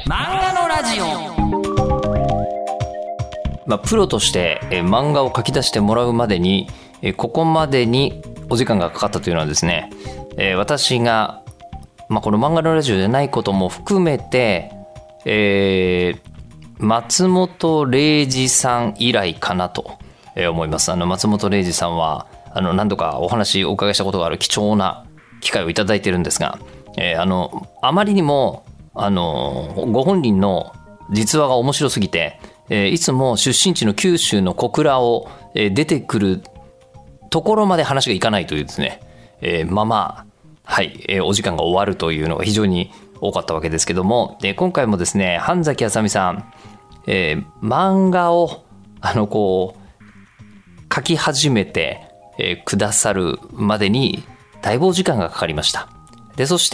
漫画のラジオ。プロとして漫画を書き出してもらうまでにここまでにお時間がかかったというのはですね、私が、この漫画のラジオじゃないことも含めて、松本零士さん以来かなと思います。松本零士さんは何度かお話お伺いしたことがある貴重な機会をいただいているんですが、あまりにもご本人の実話が面白すぎて、いつも出身地の九州の小倉を出てくるところまで話がいかないというですね、お時間が終わるというのが非常に多かったわけですけども、今回もですね、半崎あさみさん、漫画を書き始めて、くださるまでにだいぶお時間がかかりました。でそして、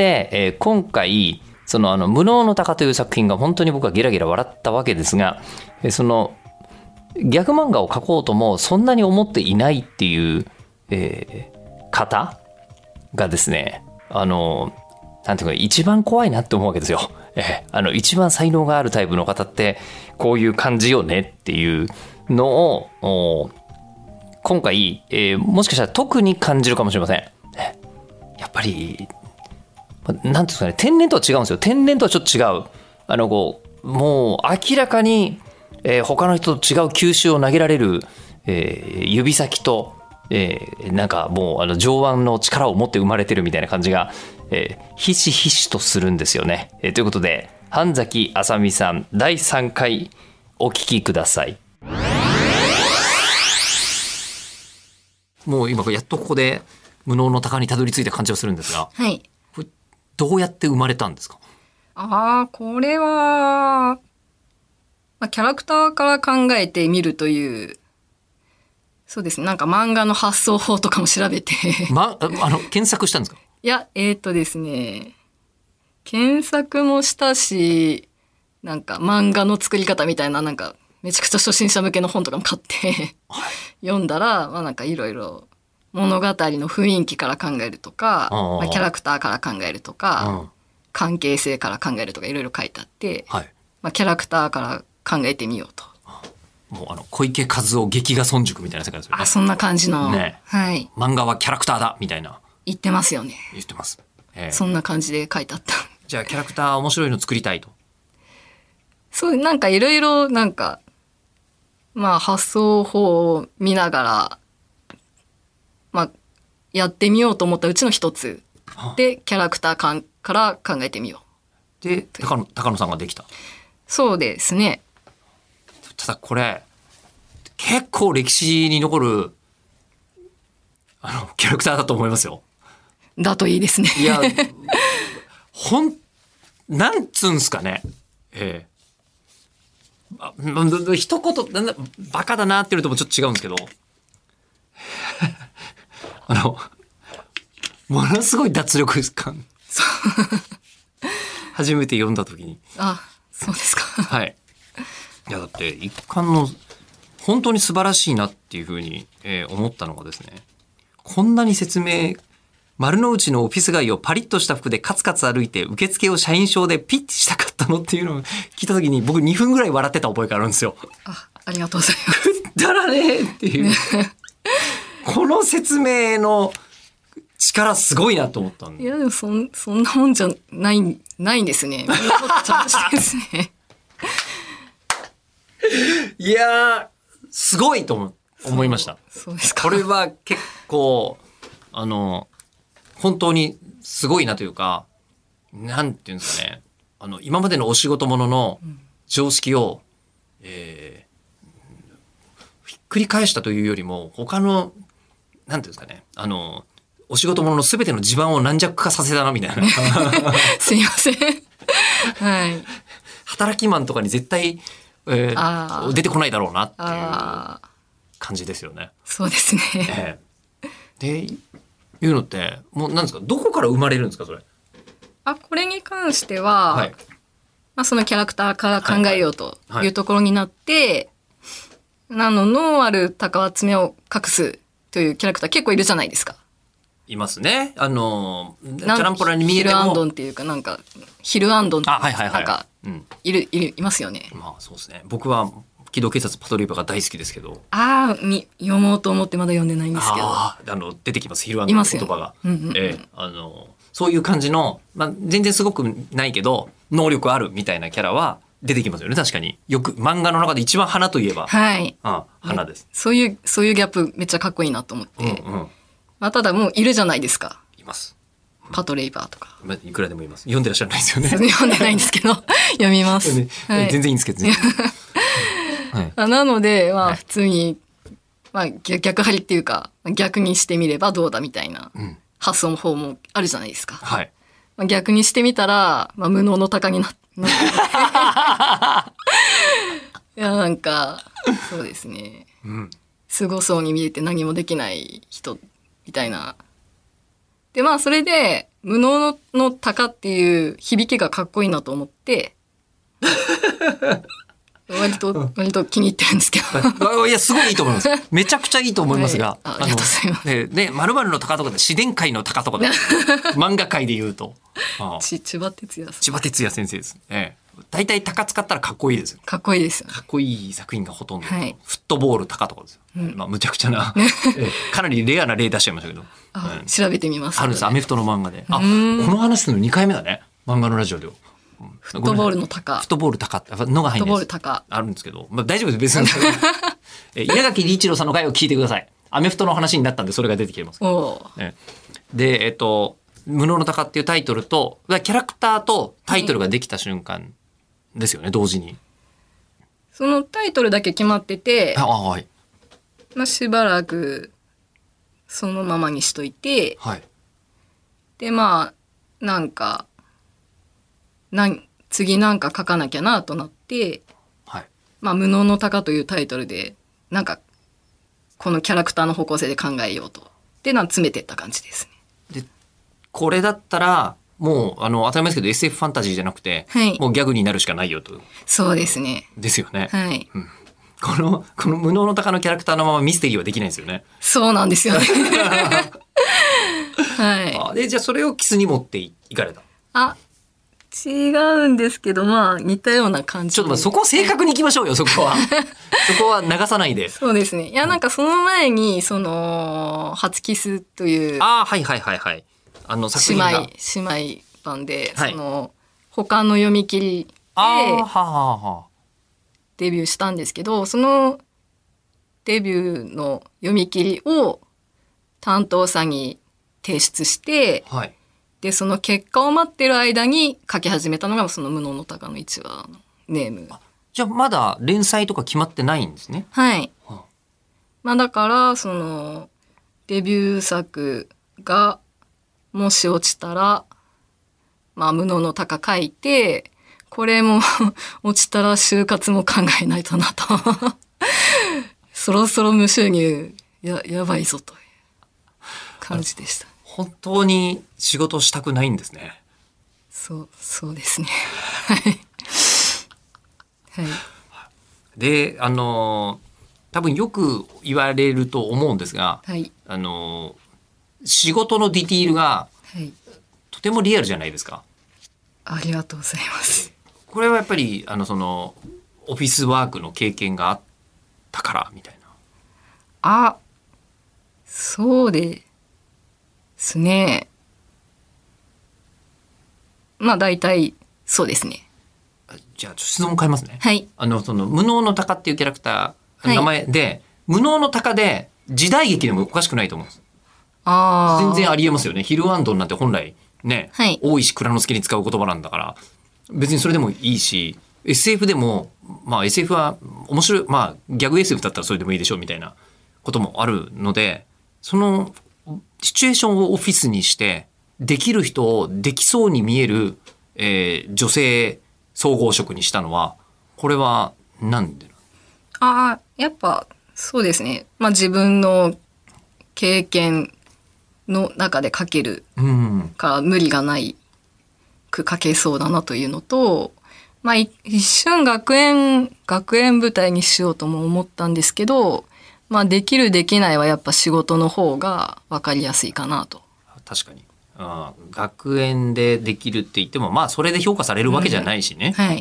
今回その無能の鷹という作品が本当に僕はゲラゲラ笑ったわけですが、そのギャグ漫画を描こうともそんなに思っていないっていう、方がですね、なんていうか一番怖いなって思うわけですよ。一番才能があるタイプの方ってこういう感じよねっていうのを今回、もしかしたら特に感じるかもしれません。やっぱりなんていうんですかね、天然とは違うんですよ。天然とはちょっと違う。もう明らかに、他の人と違う球種を投げられる、指先と、なんかもう上腕の力を持って生まれてるみたいな感じが、ひしひしとするんですよね。ということで半崎あさみさん第3回お聞きください。もう今やっとここで無能の鷹にたどり着いた感じがするんですが、 はい、 これどうやって生まれたんですか？ これは、キャラクターから考えてみるという、そうですね、なんか漫画の発想法とかも調べて検索したんですか？ いや、ですね、検索もしたし、なんか漫画の作り方みたいな、なんかめちゃくちゃ初心者向けの本とかも買って読んだら、なんかいろいろ物語の雰囲気から考えるとか、キャラクターから考えるとか、関係性から考えるとかいろいろ書いてあって、キャラクターから考えてみようと。 もう小池和夫劇画村塾みたいな世界ですよね。 そんな感じの、 ね、 はい。 漫画はキャラクターだみたいな。 言ってますよね。 言ってます。 そんな感じで書いてあった。 じゃあキャラクター面白いの作りたいと。 そう、なんかいろいろなんか、発想法を見ながら、やってみようと思ったうちの一つで、キャラクターから考えてみよう。で、高野さんができた。 そうですね。 ただこれ結構歴史に残るキャラクターだと思いますよ。 だといいですね。 いや、なんつうんすかね。一言バカだなって言うともちょっと違うんですけど、ものすごい脱力感。初めて読んだ時に。 そうですか。 はい。いやだって一巻の本当に素晴らしいなっていうふうに、思ったのがですね、こんなに説明、丸の内のオフィス街をパリッとした服でカツカツ歩いて受付を社員証でピッてしたかったのっていうのを聞いた時に僕2分ぐらい笑ってた覚えがあるんですよ。 ありがとうございます。 くだらねえっていうこの説明の力すごいなと思ったんで。 いやでもそんなもんじゃないんですね。ちゃんとしてですね。 いやすごいと思いました。 そうですか。 これは結構本当にすごいなというか、なんていうんですかね、今までのお仕事ものの常識を、ひっくり返したというよりも他のなんていうんですかね、お仕事ものの全ての地盤を軟弱化させたなみたいな。 すいません。はい。 働きマンとかに絶対、出てこないだろうなっていう感じですよね。 そうですね。 でいうのってもうなんですか、どこから生まれるんですかそれ？ これに関しては、そのキャラクターから考えようというところになって、のある鷹は爪を隠すというキャラクター結構いるじゃないですか。 いますね。チャランポラに見えてもヒルアンドンっていうか、なんかヒルアンドンってなんかうん。 いますよね。 まあそうですね。僕は機動警察パトレイバーが大好きですけど。 読もうと思ってまだ読んでないんですけど。 出てきます。ヒルアンドの言葉が。そういう感じの、まあ、全然すごくないけど、能力あるみたいなキャラは出てきますよね。確かに。よく、漫画の中で一番花といえば。 はい。 花です。 そういうギャップめっちゃかっこいいなと思って。まあ、ただもういるじゃないですか。 います。 パトレイバーとか。 いくらでもいます。読んでらっしゃらないですよね。 読んでないんですけど、読みます。 全然いいんですけどね。 なので、まあ普通に、まあ逆張りっていうか、逆にしてみればどうだみたいな発想の方もあるじゃないですか。 はい。 まあ、逆にしてみたら、まあ無能の鷹になって。いや、なんか、そうですね。すごそうに見えて何もできない人みたいな。で、まあそれで、無能の鷹っていう響きがかっこいいなと思って、割と気に入ってるんですけど。 いや、すごいいいと思います。めちゃくちゃいいと思いますが。 ありがとうございます。 で、〇〇の鷹とかで、自然界の鷹とかで、漫画界で言うと。 千葉哲也さん。 千葉哲也先生です。大体鷹使ったらかっこいいですよ。 かっこいいですよ。 かっこいい作品がほとんど。 はい、 フットボール鷹とかですよ。まあ、むちゃくちゃな、かなりレアな例出しちゃいましたけど。 調べてみます。 あるんです、アメフトの漫画で。この話するの2回目だね。漫画のラジオで。 フットボールの鷹。 フットボール鷹のが入んないです。フットボール鷹。あるんですけど、まあ、大丈夫です、別に。稲垣理一郎さんの回を聞いてください。アメフトの話になったんで、それが出てきてます。で、無能の鷹っていうタイトルと、キャラクターとタイトルができた瞬間ですよね、同時に。 そのタイトルだけ決まってて、 はい。 まあ、しばらく、そのままにしといて、 はい。 で、まあ、なんか、次なんか書かなきゃなとなって、 はい、 まあ、無能の鷹というタイトルで、なんか、このキャラクターの方向性で考えようと。で、詰めてった感じですね。で、これだったら、もう、当たり前ですけど SF ファンタジーじゃなくて、 はい、 もうギャグになるしかないよと。 そうですね。 ですよね。 はい。 この無能の鷹のキャラクターのままミステリーはできないんですよね。 そうなんですよね。 はい。で、じゃあそれをキスに持っていかれた。 違うんですけど、まあ似たような感じ。 ちょっとそこ正確に行きましょうよ、そこは。そこは流さないで。 そうですね。いや、なんかその前に、初キスという。 はいはいはいはい。作品が。 姉妹版で、はい、他の読み切りで、デビューしたんですけど、そのデビューの読み切りを担当者に提出して、 はい、 で、その結果を待ってる間に書き始めたのが、その無能の鷹の1話のネーム。 じゃあまだ連載とか決まってないんですね。 はい。まあだから、デビュー作が、もし落ちたら、まあ無能の鷹書いて、これも落ちたら就活も考えないとなと。そろそろ無収入やばいぞという感じでした。 本当に仕事したくないんですね。 そうですね。はい。 で、多分よく言われると思うんですが、 はい、 仕事のディティールが、 はい、 とてもリアルじゃないですか。 ありがとうございます。 これはやっぱりオフィスワークの経験があったからみたいな。そうですね。まあ大体そうですね。 じゃあ質問変えますね。 はい。 無能の鷹っていうキャラクター名前で、はい、無能の鷹で時代劇でもおかしくないと思うんです。全然ありえますよね。ヒルアンドンなんて本来ね、はい、大石蔵之介に使う言葉なんだから別にそれでもいいし、 SF でもまあ SF は面白い、まあギャグ SF だったらそれでもいいでしょうみたいなこともあるので、そのシチュエーションをオフィスにしてできる人をできそうに見える、女性総合職にしたのはこれはなんで？ やっぱそうですね。まあ自分の経験の中で書けるから無理がないく書けそうだなというのと、まあ一瞬学園舞台にしようとも思ったんですけど、まあできるできないはやっぱ仕事の方が分かりやすいかなと。 確かに。 学園でできるって言っても、まあそれで評価されるわけじゃないしね。 はい。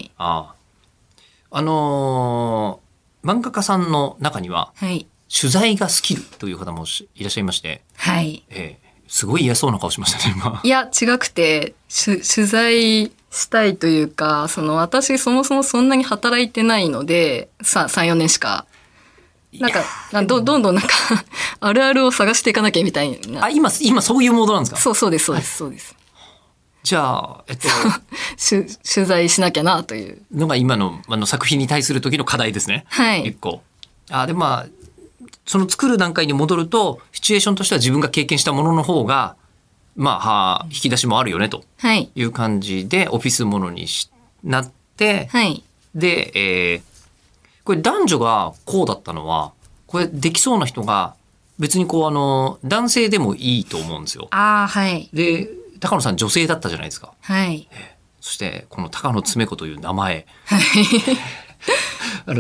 漫画家さんの中には、 はい。 取材がスキルという方もいらっしゃいまして、 はい。 すごい嫌そうな顔しましたね、今。 いや、違くて、取材したいというか、私そもそもそんなに働いてないので、3、4年しか。なんか、どんどんなんか、あるあるを探していかなきゃみたいな。 今そういうモードなんですか？ そうです、そうです。 じゃあ、 取材しなきゃなというのが今の作品に対する時の課題ですね。 はい。 一個。でまあその作る段階に戻るとシチュエーションとしては自分が経験したものの方が引き出しもあるよねという感じでオフィスものになって、 はい、 で、これ男女がこうだったのはこれできそうな人が別に男性でもいいと思うんですよ。 はい。 で高野さん女性だったじゃないですか。 はい。 そしてこの高野詰子という名前、 はい、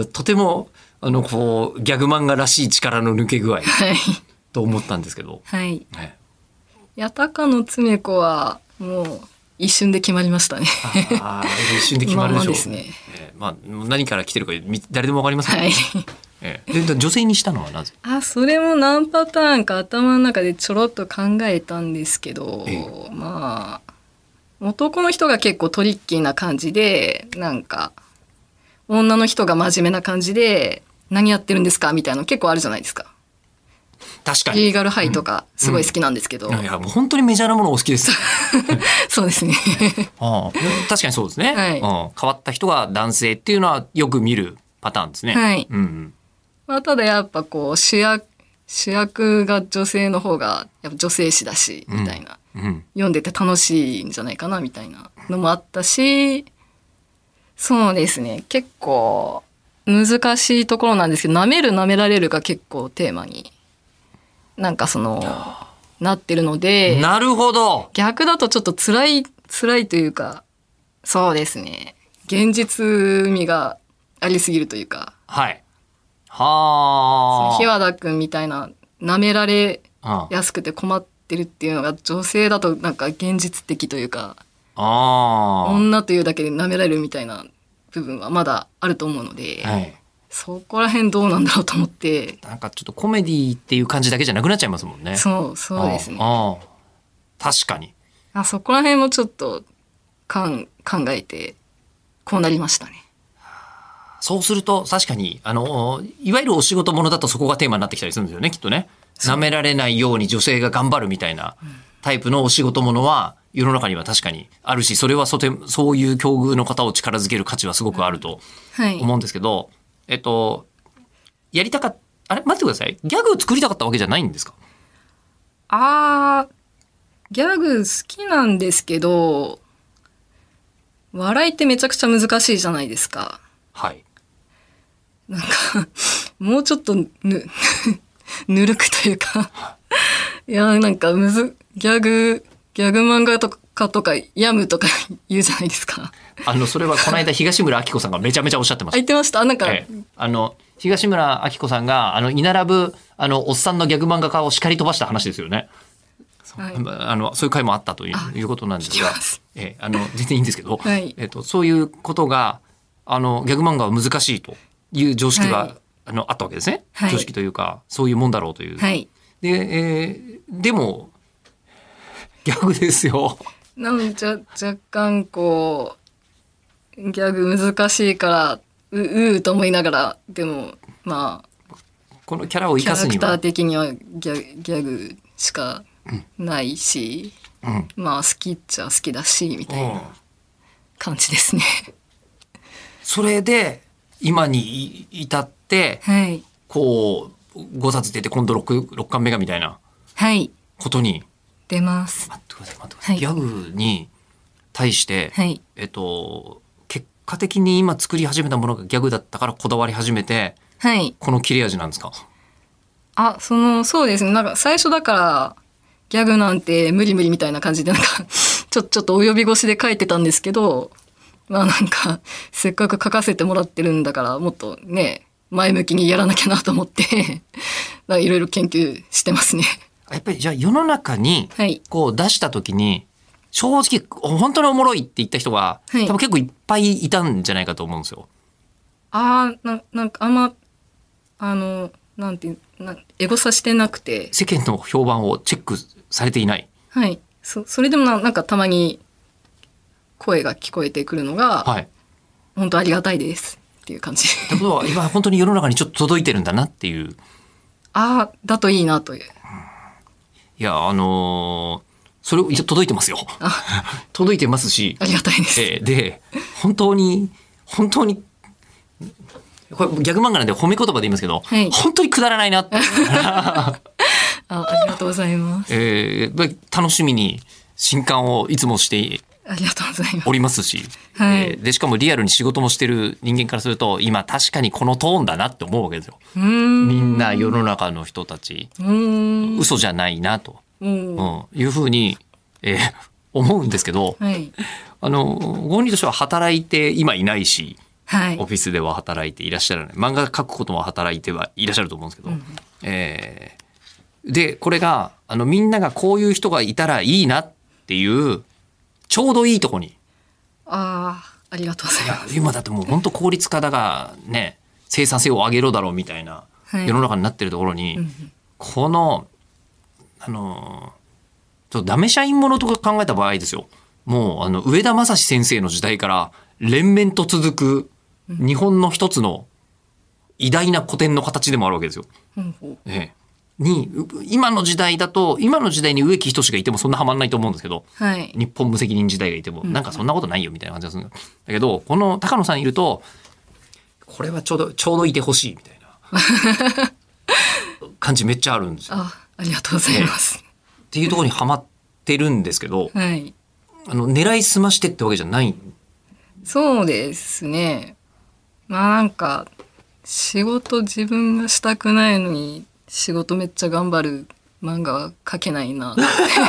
とてもギャグ漫画らしい力の抜け具合と思ったんですけど、 はい。いや高野詰子はもう一瞬で決まりましたね。 一瞬で決まるでしょう。 ですね。 何から来てるか誰でもわかりますよね。 はい。 で女性にしたのはなぜ？ それも何パターンか頭の中でちょろっと考えたんですけど、男の人が結構トリッキーな感じで、なんか女の人が真面目な感じで何やってるんですかみたいなの結構あるじゃないですか。 確かに。 リーガルハイとかすごい好きなんですけど。 いやもう本当にメジャーなものお好きです。 そうですね。 確かにそうですね、はい。変わった人が男性っていうのはよく見るパターンですね。 はい。ただやっぱ主役が女性の方がやっぱ女性誌だしみたいな、読んでて楽しいんじゃないかなみたいなのもあったし、そうですね、結構難しいところなんですけど、舐める舐められるが結構テーマになんかなってるので。 なるほど。 逆だとちょっと辛いというか、そうですね、現実味がありすぎるというか。 はい。 日和田くんみたいな舐められやすくて困ってるっていうのが女性だとなんか現実的というか、女というだけで舐められるみたいな部分はまだあると思うので、はい、そこら辺どうなんだろうと思って。 なんかちょっとコメディっていう感じだけじゃなくなっちゃいますもんね。 そうですね。 確かに。 そこら辺もちょっと考えてこうなりましたね。 そうすると確かにいわゆるお仕事ものだとそこがテーマになってきたりするんですよね、きっとね。舐められないように女性が頑張るみたいなタイプのお仕事ものは世の中には確かにあるし、それはそういう境遇の方を力づける価値はすごくあると思うんですけど、やりたかった、待ってください、ギャグを作りたかったわけじゃないんですか？ ギャグ好きなんですけど、笑いってめちゃくちゃ難しいじゃないですか。 はい。 なんかもうちょっとぬるくというかいやなんかギャグ漫画とかやむとか言うじゃないですか。 それはこの間東村明子さんがめちゃめちゃおっしゃってました。 言ってました。なんか、 東村明子さんが居並ぶおっさんのギャグ漫画家を叱り飛ばした話ですよね。はい、そういう回もあったということなんですが、全然いいんですけど、はい、そういうことがギャグ漫画は難しいという常識が、あったわけですね、はい、常識というかそういうもんだろうという、はい、でもギャグですよ。 若干こうギャグ難しいからと思いながら、でもこのキャラを生かすにはキャラクター的にはギャグしかないし、好きっちゃ好きだしみたいな感じですね。 それで今に至って、はい、こう5冊出て今度 6巻目がみたいなことに、 出ます。 待ってください、ギャグに対して、はい、結果的に今作り始めたものがギャグだったからこだわり始めて、はい、この切れ味なんですか？ そうですね、なんか最初だからギャグなんて無理みたいな感じでなんかちょっと及び腰で書いてたんですけど、なんかせっかく書かせてもらってるんだからもっとね前向きにやらなきゃなと思っていろいろ研究してますね。 やっぱりじゃあ世の中にはい。 こう出した時に、正直本当におもろいって言った人が、 はい多分結構いっぱいいたんじゃないかと思うんですよ。 なんかあんま、なんていう、エゴサしてなくて、 世間の評判をチェックされていない。 はい。それでもなんかたまに声が聞こえてくるのが、 はい。 本当ありがたいですっていう感じ。 ってことは今本当に世の中にちょっと届いてるんだなっていう。 だといいなという。 いや、それ届いてますよ。届いてますし。 ありがたいです。 で、本当に、これギャグ漫画なんで褒め言葉で言いますけど、 はい、 本当にくだらないなって。 ありがとうございます。 楽しみに新刊をいつもしてありがとうございます。 おりますし、 はい、 でしかもリアルに仕事もしてる人間からすると、今確かにこのトーンだなって思うわけですよ。みんな世の中の人たち、嘘じゃないなと、いうふうに、思うんですけど、 はい、 ご本人としては働いて今いないし、 はい、 オフィスでは働いていらっしゃらない。漫画描くことも働いてはいらっしゃると思うんですけど、で、これが、みんながこういう人がいたらいいなっていう、ちょうどいいとこに。 ありがとうございます。 今だってもう本当効率化だがね、生産性を上げろだろうみたいな世の中になってるところに、この、ちょっとダメ社員ものとか考えた場合ですよ。もう上田正史先生の時代から連綿と続く日本の一つの偉大な古典の形でもあるわけですよ。今の時代だと、今の時代に植木等がいてもそんなハマんないと思うんですけど、 はい、 日本無責任時代がいても、なんかそんなことないよみたいな感じがするんだけど、この高野さんいると、これはちょうどいてほしいみたいな感じめっちゃあるんですよ。 ありがとうございます。 っていうところにハマってるんですけど、 はい、 狙いすましてってわけじゃない。 そうですね。なんか、仕事自分がしたくないのに、仕事めっちゃ頑張る漫画は描けないな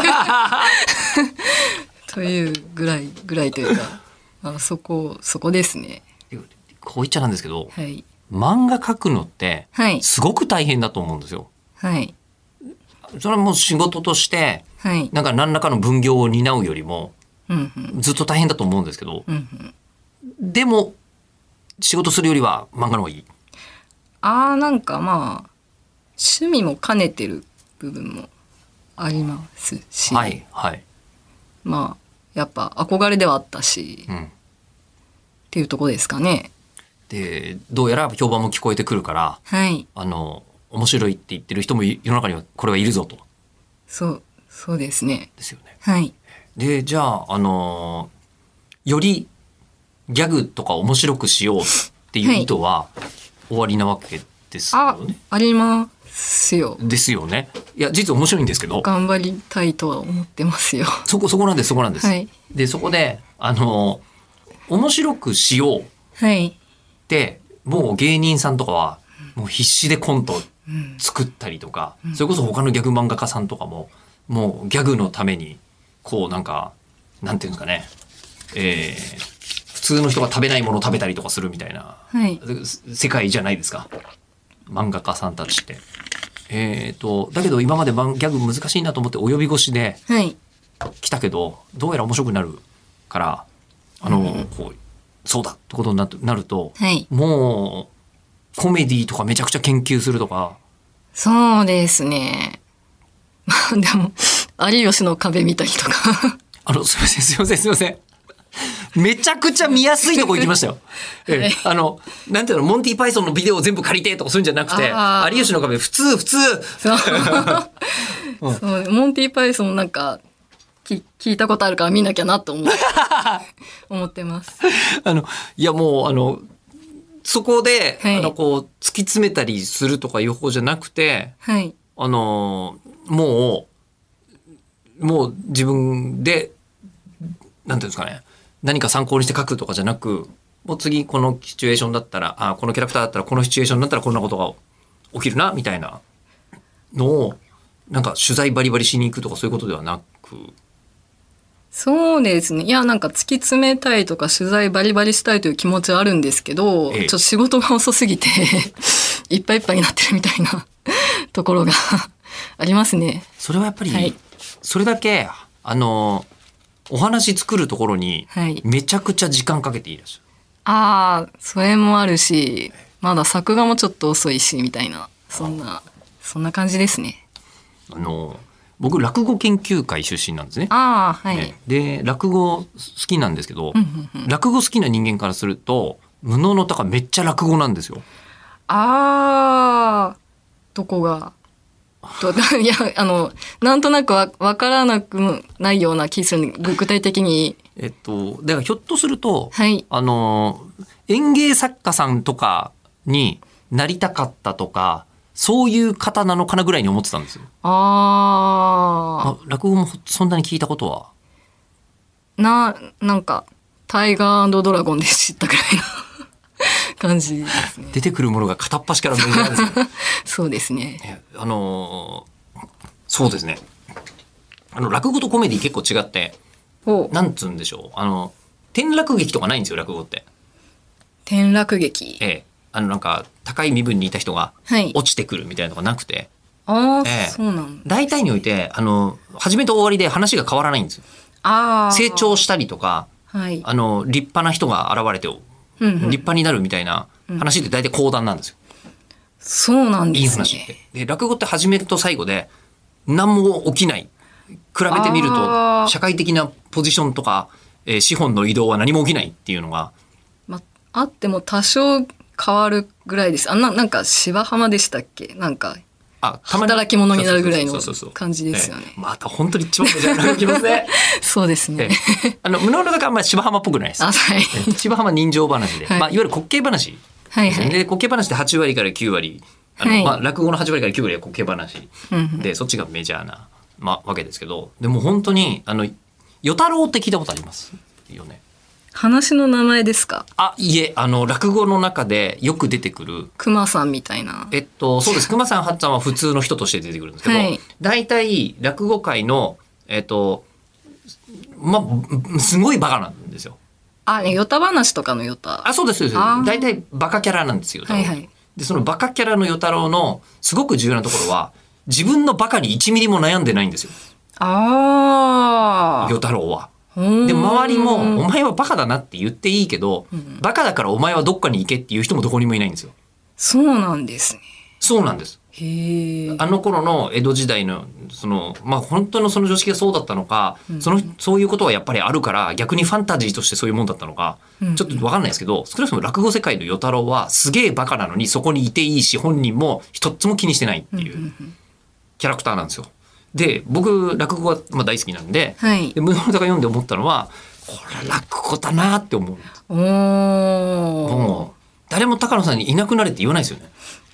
というぐらいというか、そこですね。 こう言っちゃなんですけど、 はい、 漫画描くのってすごく大変だと思うんですよ。 はい、 それはもう仕事として、 はい、 なんか何らかの分業を担うよりも、ずっと大変だと思うんですけど、でも仕事するよりは漫画の方がいい。 なんか趣味も兼ねてる部分もありますし、 はいはい、 やっぱ憧れではあったし、っていうとこですかね。 でどうやら評判も聞こえてくるから、 はい、 面白いって言ってる人も世の中にはこれはいるぞと。 そうですね。 ですよね。 はい。 でじゃあよりギャグとか面白くしようっていう意図は終わりなわけですよね。 ありますよ。 ですよね。いや実は面白いんですけど。 頑張りたいとは思ってますよ。 そこなんです。はい、でそこで面白くしようってもう芸人さんとかはもう必死でコント作ったりとか、それこそ他のギャグ漫画家さんとかももうギャグのためにこうなんていうんですかね、普通の人が食べないものを食べたりとかするみたいな、世界じゃないですか漫画家さんたちって。だけど今までギャグ難しいなと思って及び腰で来たけど、どうやら面白くなるからこうそうだってことになると、もうコメディとかめちゃくちゃ研究するとか。 そうですね。でも有吉の壁見たりとかすいませんめちゃくちゃ見やすいとこ行きましたよ。なんていうの、モンティパイソンのビデオを全部借りてとかそういうんじゃなくて、有吉の壁普通そうモンティパイソンなんか聞いたことあるから見なきゃなと思ってます。 いやもうそこで、こう突き詰めたりするとかいう方じゃなくて、もう自分でなんていうんですかね、何か参考にして書くとかじゃなく、もう次このシチュエーションだったら、このキャラクターだったらこのシチュエーションだったらこんなことが起きるなみたいなのをなんか取材バリバリしに行くとかそういうことではなく。 そうですね。いやなんか突き詰めたいとか取材バリバリしたいという気持ちはあるんですけど、ちょっと仕事が遅すぎていっぱいいっぱいになってるみたいなところがありますね。 それはやっぱり、 はい、 それだけ、お話作るところに、めちゃくちゃ時間かけていらっしゃる。 ああ、それもあるし、まだ作画もちょっと遅いし、みたいな、そんな感じですね。 僕、落語研究会出身なんですね。 ああ、はい。 で、落語好きなんですけど、落語好きな人間からすると、無能の鷹めっちゃ落語なんですよ。 ああ、どこが。いや、なんとなくわからなくないような気する。具体的に。 だからひょっとすると、 はい、 演芸作家さんとかになりたかったとか、そういう方なのかなぐらいに思ってたんですよ。落語もそんなに聞いたことはなんか、タイガー&ドラゴンで知ったくらいの感じですね。 出てくるものが片っ端からメジャーですね。 そうですね。 そうですね。落語とコメディ結構違って、なんつうんでしょう。転落劇とかないんですよ、落語って。 転落劇。 なんか高い身分にいた人が落ちてくるみたいなのがなくて、 そうなん大体において初めと終わりで話が変わらないんですよ。成長したりとか、立派な人が現れて、立派になるみたいな話って大体講談なんですよ。 そうなんですね。 いい話って。で、落語って始めると最後で何も起きない。比べてみると社会的なポジションとか、資本の移動は何も起きないっていうのが、 あっても多少変わるぐらいです。なんか芝浜でしたっけ？なんか働き者になるぐらいの感じですよね。 また本当に一番メジャーな気ますね。 そうですね。 無能の鷹あんまり芝浜っぽくないです。芝浜人情話で、いわゆる滑稽話。で滑稽話で8割から9割、落語の8割から9割は滑稽話で、そっちがメジャーなわけですけど、でも本当に与太郎って聞いたことありますよね。 話の名前ですか？ いえ、落語の中でよく出てくる熊さんみたいな。 そうです。熊さん、八さんは普通の人として出てくるんですけど、大体落語界のすごいバカなんですよ。 与太話とかの与太。 そうですそうです。大体バカキャラなんですよ。で、そのバカキャラの与太郎のすごく重要なところは、自分のバカに1ミリも悩んでないんですよ。与太郎は。で、周りもお前はバカだなって言っていいけど、バカだからお前はどっかに行けっていう人もどこにもいないんですよ。 そうなんですね。 そうなんです。あの頃の江戸時代の本当のその常識がそうだったのか、そういうことはやっぱりあるから逆にファンタジーとしてそういうもんだったのか、ちょっと分かんないですけど、少なくとも落語世界の与太郎はすげえバカなのにそこにいていいし、本人も一つも気にしてないっていうキャラクターなんですよ。で、僕落語が大好きなんで、無能の鷹読んで思ったのは、これ落語だなって思うんです。もう誰も高野さんにいなくなれって言わないですよね。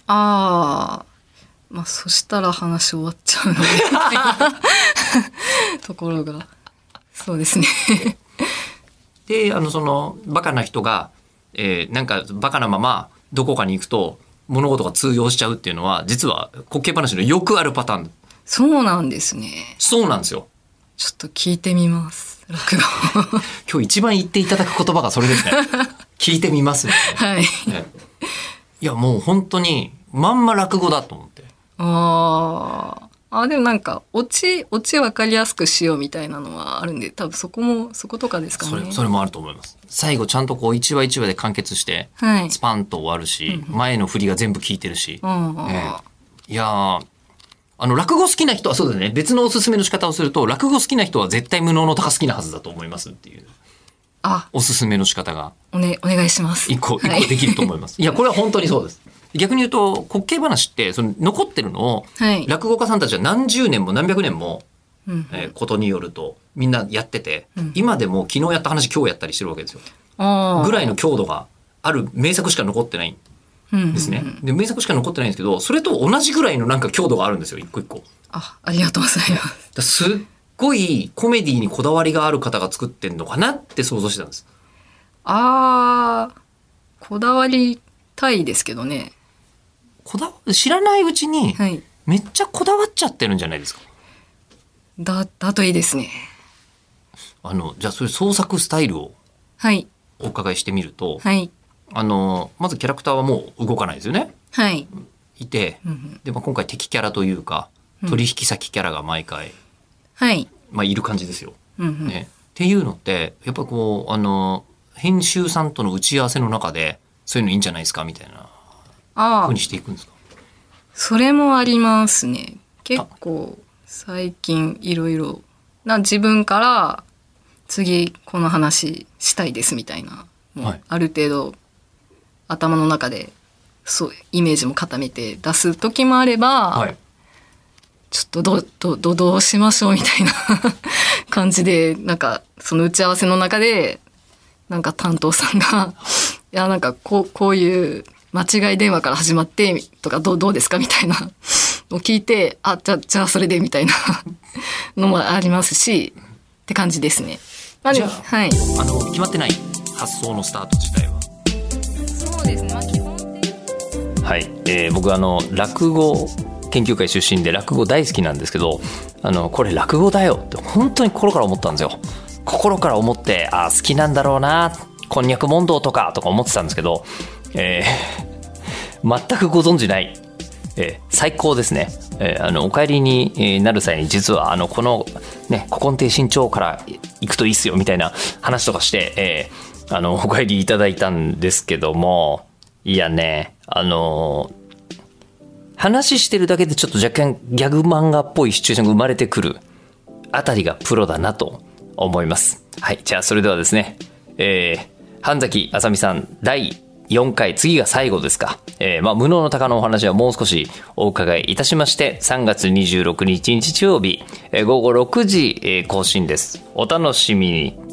そしたら話終わっちゃうのでところがそうですね。 で、そのバカな人が、なんかバカなままどこかに行くと物事が通用しちゃうっていうのは、実は滑稽話のよくあるパターン。 そうなんですね。 そうなんですよ。 ちょっと聞いてみます。落語。 今日一番言っていただく言葉がそれですね。聞いてみます、ね。いや、もう本当にまんま落語だと思って。 でもなんかオチ分かりやすくしようみたいなのはあるんで、多分そことかですかね。 それもあると思います。最後ちゃんとこう一話一話で完結して、スパンと終わるし、前の振りが全部効いてるし。いや落語好きな人はそうですね。別のおすすめの仕方をすると、落語好きな人は絶対無能の鷹好きなはずだと思いますっていう。おすすめの仕方が。 お願いします。 一個できると思います。いや、これは本当にそうです。逆に言うと、滑稽話って残ってるのを、落語家さんたちは何十年も何百年も、ことによるとみんなやってて、今でも昨日やった話今日やったりしてるわけですよ。ぐらいの強度がある名作しか残ってないんですね。で、名作しか残ってないんですけど、それと同じぐらいのなんか強度があるんですよ、一個一個。 ありがとうございます。 すっごいコメディにこだわりがある方が作ってんのかなって想像してたんです。 こだわりたいですけどね。 知らないうちにめっちゃこだわっちゃってるんじゃないですか。 だといいですね。 じゃあそういう創作スタイルをお伺いしてみると、まずキャラクターはもう動かないですよね。いて、で今回敵キャラというか、 取引先キャラが毎回、 はい。 いる感じですよ。 うんうん。 ね。っていうのって、やっぱこう、編集さんとの打ち合わせの中で、そういうのいいんじゃないですかみたいな風にしていくんですか？ それもありますね。結構、最近いろいろ、自分から次この話したいですみたいな、もうある程度頭の中でそうイメージも固めて出す時もあれば、はい、ちょっとどうしましょうみたいな感じで、なんかその打ち合わせの中でなんか担当さんがいやなんかこういう間違い電話から始まってとかどうですかみたいなのを聞いて、じゃあそれでみたいなのもありますしって感じですね。 じゃあ、はい、決まってない発想のスタート自体は。 そうですね、基本的にはい、僕落語研究会出身で落語大好きなんですけど、これ落語だよって本当に心から思ったんですよ。心から思って、好きなんだろうな、こんにゃく問答とか思ってたんですけど、全くご存じない、最高ですね。お帰りになる際に実はこのね古今亭新潮から行くといいっすよみたいな話とかして、お帰りいただいたんですけども、いやね、話してるだけでちょっと若干ギャグ漫画っぽいシチュエーションが生まれてくるあたりがプロだなと思います。はい、じゃあそれではですね、半崎あさみさん第4回、次が最後ですか。無能の鷹のお話はもう少しお伺いいたしまして、3月26日日曜日、午後6時、更新です。お楽しみに。